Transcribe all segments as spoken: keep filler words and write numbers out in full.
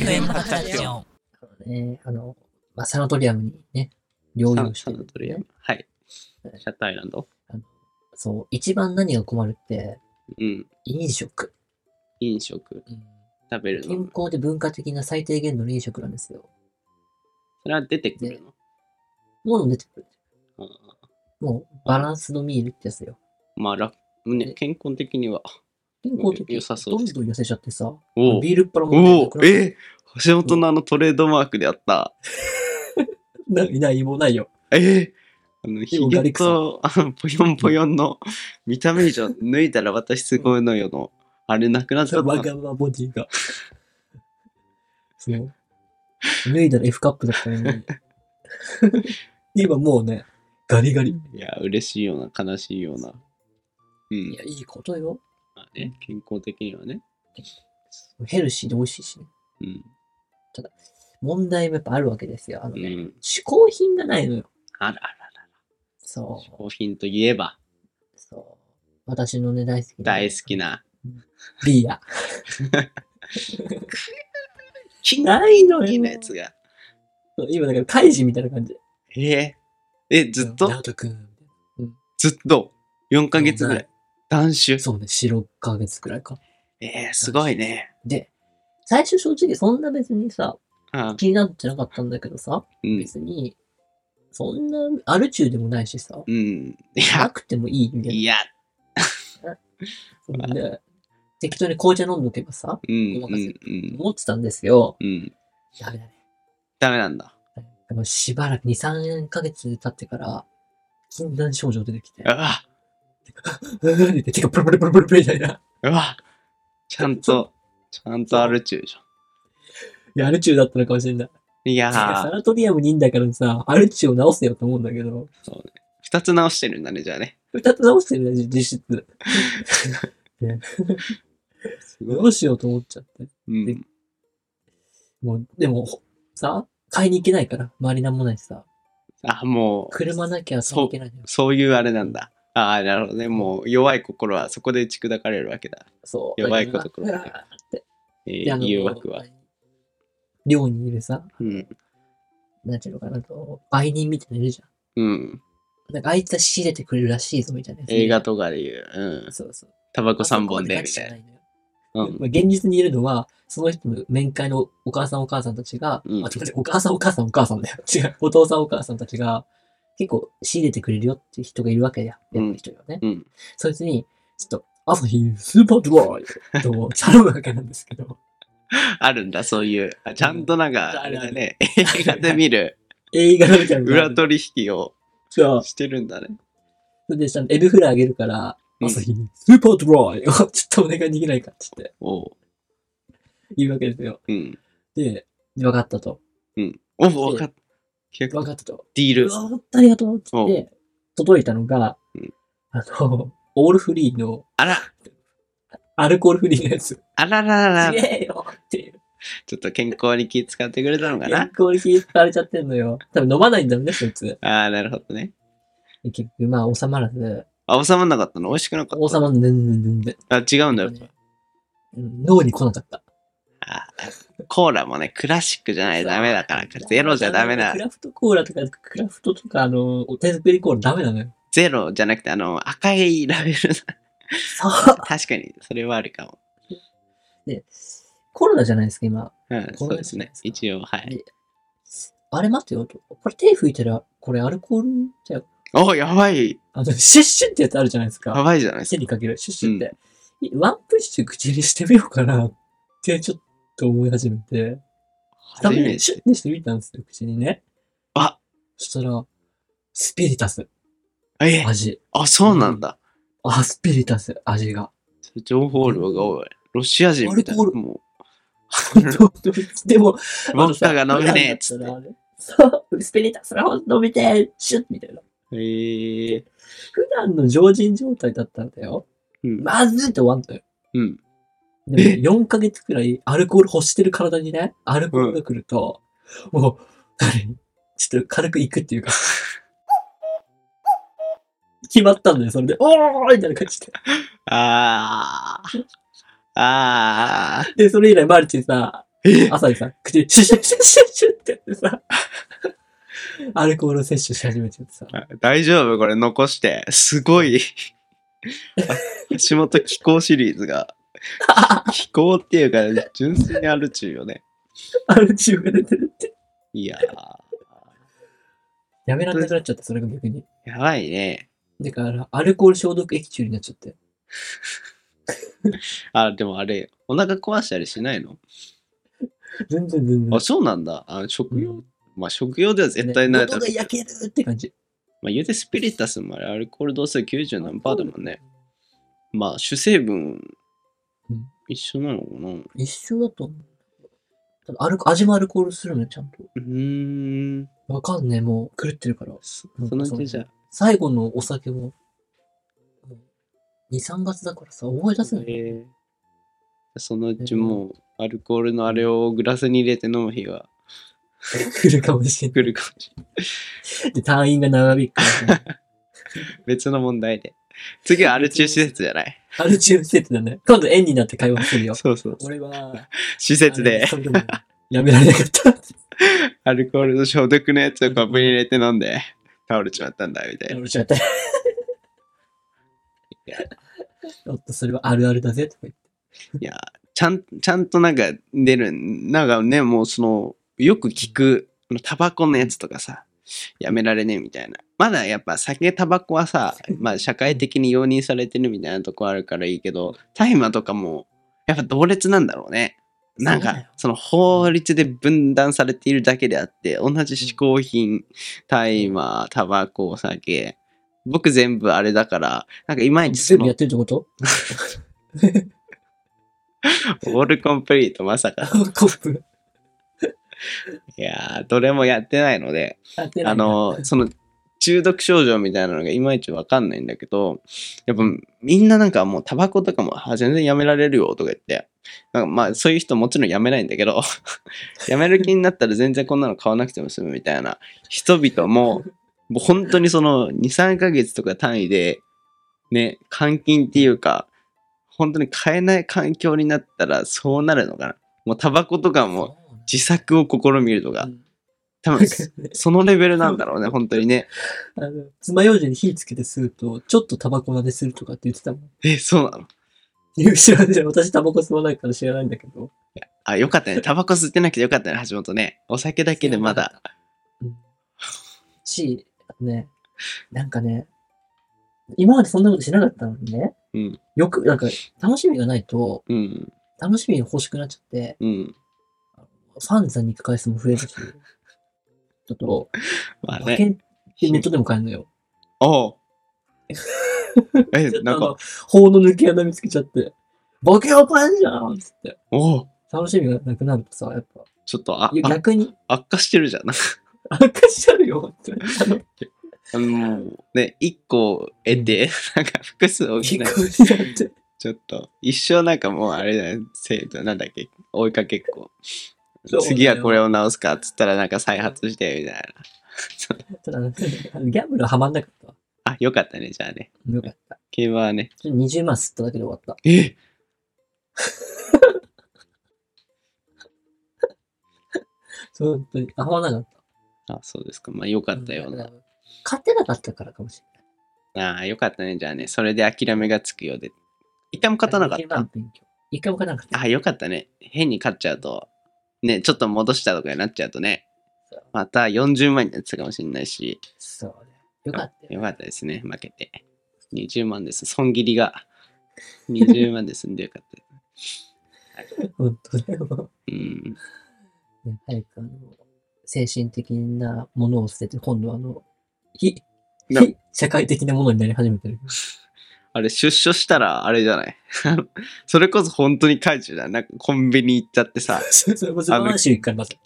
フエム ハクラジオン。 ね、あの、まあ、サナトリアムにね、療養してる、ね。 サナトリアム。はい。シャッターアイランド。 そう、一番何が困るって、 うん。 飲食。 飲食。 うん、 食べるの。 健康で文化的な最低限の飲食なんですよ。 それは出てくるの？ もう出てくる。 ああ、 もう、バランスのミールってやつよ。 まあ、楽ね、健康的には。 健康的良さそうです。 どんどん痩せちゃってさ、 おビールっ腹もおおえー、橋本のあのトレードマークであった。 ないない、もうないよ。 えー、あの、ヒゲと、あの、ぽよんぽよんの見た目以上脱いだら私すごいのよの、あれなくなっちゃった。 わがままボディが。そう。脱いだら F カップだったのに。今もうね、ガリガリ。 いや、嬉しいような、悲しいような。うん。 いや、いいことよ。 まあね、健康的にはね。 ヘルシーで美味しいしね。 うん。 ただ、問題もやっぱあるわけですよ。あのね、 うん、 嗜好品がないのよ。 あらあららら。 そう。 嗜好品といえば。 そう。私のね、大好きな。 大好きな。 ビア。 ないのよ。なやつが。 今だから、カイジみたいな感じ。 えー、え、ずっと、 ナオト君。 うん、ずっとよんかげつぐらい。断酒。 そうね、よん、ろっかげつくらいか。 えー、すごいね。 で、最初正直そんな別にさ、 ああ気になってなかったんだけどさ、 うん、 別に、そんな、アル中でもないしさ、 うん。いなや、 くてもいいみたいな。 いや。 そうで、適当に紅茶飲んどけばさ、 うん、 ごまかせるうん、 思ってたんですよ。 うん。 ダメだね。 ダメなんだ。 でもしばらくに、さんかげつ経ってから、禁断症状出てきて。 うわうーって手がプルプルプルプルプルみたいな。 うわちゃんと、ちゃんとアル中じゃん。 いや、アル中だったのかもしれない。 いやー。 サナトリアムにいいんだからさ、アル中を直せよと思うんだけど。 そうね。二つ直してるんだね、じゃあね。 二つ直してるね、実質。どうしようと思っちゃって。 うん。 もう、でも、さ、買いに行けないから、周りなんもないしさ。 あ、もう。 車なきゃそういけないのよ。 そういうあれなんだ。ああ、なるほどね。もう弱い心はそこで打ち砕かれるわけだ。 そう。 弱い心は、ね。えー、誘惑は。 寮にいるさ、 うん。 なんていうのかなと、売人みたいなのいるじゃん。うん。 なんかあいつは仕入れてくれるらしいぞみたいな。 映画とかで言う。うん。 そうそう。 タバコさんぼんでみたいな。 うん、現実にいるのは、その人の面会のお母さんお母さんたちが、うん、あ、ちょっと待って、お母さんお母さんお母さんだよ。違う。お父さんお母さんたちが、結構仕入れてくれるよっていう人がいるわけや。やっぱ人よね。うん。そいつに、ちょっと、朝日スーパードライと頼むわけなんですけど。 あるんだ、そういう。ちゃんとなんか、あれだね、映画で見る。 映画で見たら裏取引をしてるんだね。 それで、ちゃんとエビフライあげるから、朝日スーパードライをちょっとお願いできないかって言って。おう。言うわけですよ。うん。で、分かったと。 うん。お、分かった。 分かったと。 ディール。 うわ、ありがとうって言って、届いたのが、うん、あの、オールフリーの、 あらアルコールフリーのやつ。 あらららら。 すげえよっていう。 ちょっと健康に気使ってくれたのかな。 健康に気使われちゃってんのよ。多分飲まないんだろうね、そいつ。 ああ、なるほどね。 結局、まあ、収まらず。 あ、収まんなかったの？美味しくなかった？ 収まんねんねんねんねん。 あ、違うんだよ。 脳に来なかった。 あコーラもね、クラシックじゃないとダメだから、ゼロじゃダメだ。 クラフトコーラとか、クラフトとか、あの、お手作りコーラダメなのよ。 ゼロじゃなくて、あの、赤いラベル。そう。確かに、それはあるかも。 で、コロナじゃないですか、今。 うん、そうですね。一応、はい。 あれ待ってよと。これ手拭いたら、これアルコールだよ。 お、やばい。 あの、シュッシュってやつあるじゃないですか。 やばいじゃないですか。 手にかける、シュッシュって。うん、ワンプッシュ口にしてみようかなってちょっと思い始めて。初めて。シュッてしてみたんですよ、口にね。 あそしたら、スピリタス。 え味。 あ、そうなんだ。 うん、あ、スピリタス、味が。 情報量が多い。ロシア人みたいな。もう。でも、 ウォッカが飲めねえっつって。 そう、スピリタスが飲みてシュッみたいな。 へえ。 普段の常人状態だったんだよ。うん、まずいって終わんだよ。 うん。 でもよんかげつくらいアルコール欲してる体にね、アルコールが来ると、うん、もう、ちょっと軽くいくっていうか、決まったんだよ、それで。おーみたいな感じで。 あー。あー。 で、それ以来マルチさ、 朝にさ、口でシュシュシュシュシュってやってさ、アルコール摂取し始めちゃってさ。 大丈夫これ残して。すごい。橋本気候シリーズが。気候っていうか、純粋にアル中よね。 アル中が出てるって。 いやー。 やめられなくなっちゃった、それが逆に。 やばいね。 だから、アルコール消毒液中になっちゃって。 あ、でもあれ、お腹壊したりしないの？ 全然全然。 あ、そうなんだ。あ、食用、うん、まあ食用では絶対ない。 喉が焼けるって感じ。 まあ言うてスピリタスもあれ、アルコール度数きゅうじゅう何パーだもんね。まあ主成分、一緒なのかな、うん、 一緒だと思う。アル味もアルコールするのよ、ちゃんと。 うーん。 わかんねえ、もう狂ってるから。 そ, そのうちじゃ。 最後のお酒も、に、さんがつだからさ、覚え出せない。 えー、そのうちもう、アルコールのあれをグラスに入れて飲む日が来るかもしれない。 来るかもしれない。 で、隊員が長引くから、ね。 別の問題で。次はアル中施設じゃない。 アル中施設だね。今度円になって会話するよ。 そうそうそう。俺は、 施設で。 やめられなかった。 アルコールの消毒のやつをコップに入れて飲んで、倒れちまったんだ、みたいな。 倒れちまった。ちょっとそれはあるあるだぜ、とか言って。 いや、ちゃん、ちゃんとなんか出る、なんかね、もうその、よく聞く、タバコのやつとかさ、やめられねえみたいな。まだやっぱ酒、タバコはさ、まあ社会的に容認されてるみたいなとこあるからいいけど、大麻とかも、やっぱ同列なんだろうね。なんか、その法律で分断されているだけであって、同じ嗜好品、大麻、タバコ、お酒、僕全部あれだから、なんかいまいちその。 全部やってるってことオールコンプリート、まさか。 コップ。 いやー、どれもやってないので、あの、その、中毒症状みたいなのがいまいちわかんないんだけど、やっぱみんななんかもうタバコとかも全然やめられるよとか言って、なんかまあそういう人もちろんやめないんだけど、やめる気になったら全然こんなの買わなくても済むみたいな人々も、もう本当にそのに、さんかげつとか単位で、ね、監禁っていうか、本当に買えない環境になったらそうなるのかな。もうタバコとかも自作を試みるとか。多分そのレベルなんだろうね、本当にね。 あの、爪楊枝に火つけて吸うと、ちょっとタバコ撫でするとかって言ってたもん。 え、そうなの？ 知らない。私タバコ吸わないから知らないんだけど。 いや、あ、よかったね。タバコ吸ってなくてよかったね、橋本ね。お酒だけでまだ。 うん。し、ね、なんかね、今までそんなことしなかったのにね。 うん。 よく、なんか、楽しみがないと、 うん。 楽しみが欲しくなっちゃって、 うん。 ファンさんに行く回数も増えるし、ちょっと、 まあね、 馬券ってネットでも買えるのよ。 おう。え、なんか、 法の抜け穴見つけちゃって、馬券を買えんじゃんつって。 おう。 楽しみがなくなるとさ、やっぱ。 ちょっと、あ、 逆に。 悪化してるじゃん。 悪化しちゃうよ、本当に。あの、 あのもうね、一個得て、なんか複数補って。ちょっと、一生なんかもうあれだよ、生徒、なんだっけ、追いかけっこ。次はこれを直すかっつったらなんか再発してみたいな。 ただ、ギャンブルはハマんなかったわ。 あ、よかったね、じゃあね。 よかった。 競馬はね。 にじゅうまん吸っただけで終わった。 えそう、本当に。ハマんなかった。 あ、そうですか。まあよかったような。 勝てなかったからかもしれない。ああ、よかったね。じゃあね、それで諦めがつくようで。一回も勝たなかった。 一回も勝たなかった。 あ、よかったね。変に勝っちゃうと、ね、ちょっと戻したとかになっちゃうとね、またよんじゅうまんになってたかもしれないし。 そうね。よかった。 よかったですね。負けて。にじゅうまんです。損切りがにじゅうまんで済んでよかった。 はい、本当だよ。 うん。 ね、早くあの、精神的なものを捨てて、今度あの、非、非社会的なものになり始めてる。 あれ、出所したら、あれじゃないそれこそ本当に怪獣だ。なんかコンビニ行っちゃってさ。 それこそ満州行くからまず。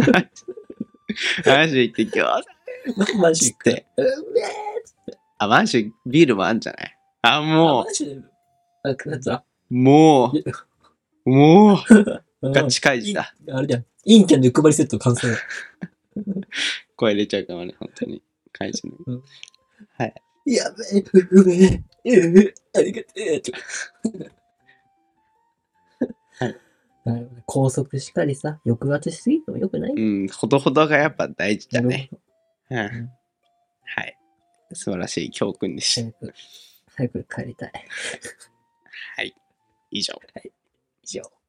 満州行って今日。満州行って。うめえあ、満州ビールもあんじゃない？あ、もう。あ、なんつもう、もう、ガチ怪獣だ。 あれじゃん。陰キャンで配りセット完成。 声出ちゃうかもね、本当に。怪獣の。うん、はい。 やべえ、うめえ、ええ、ありがてえ、と。 はい。 なるほど。高速しかりさ、抑圧しすぎてもよくない。 うん、ほどほどがやっぱ大事だね。うん。 うん、 はい。素晴らしい教訓でした。 早く、早く帰りたい。 はい。以上。 はい。以上。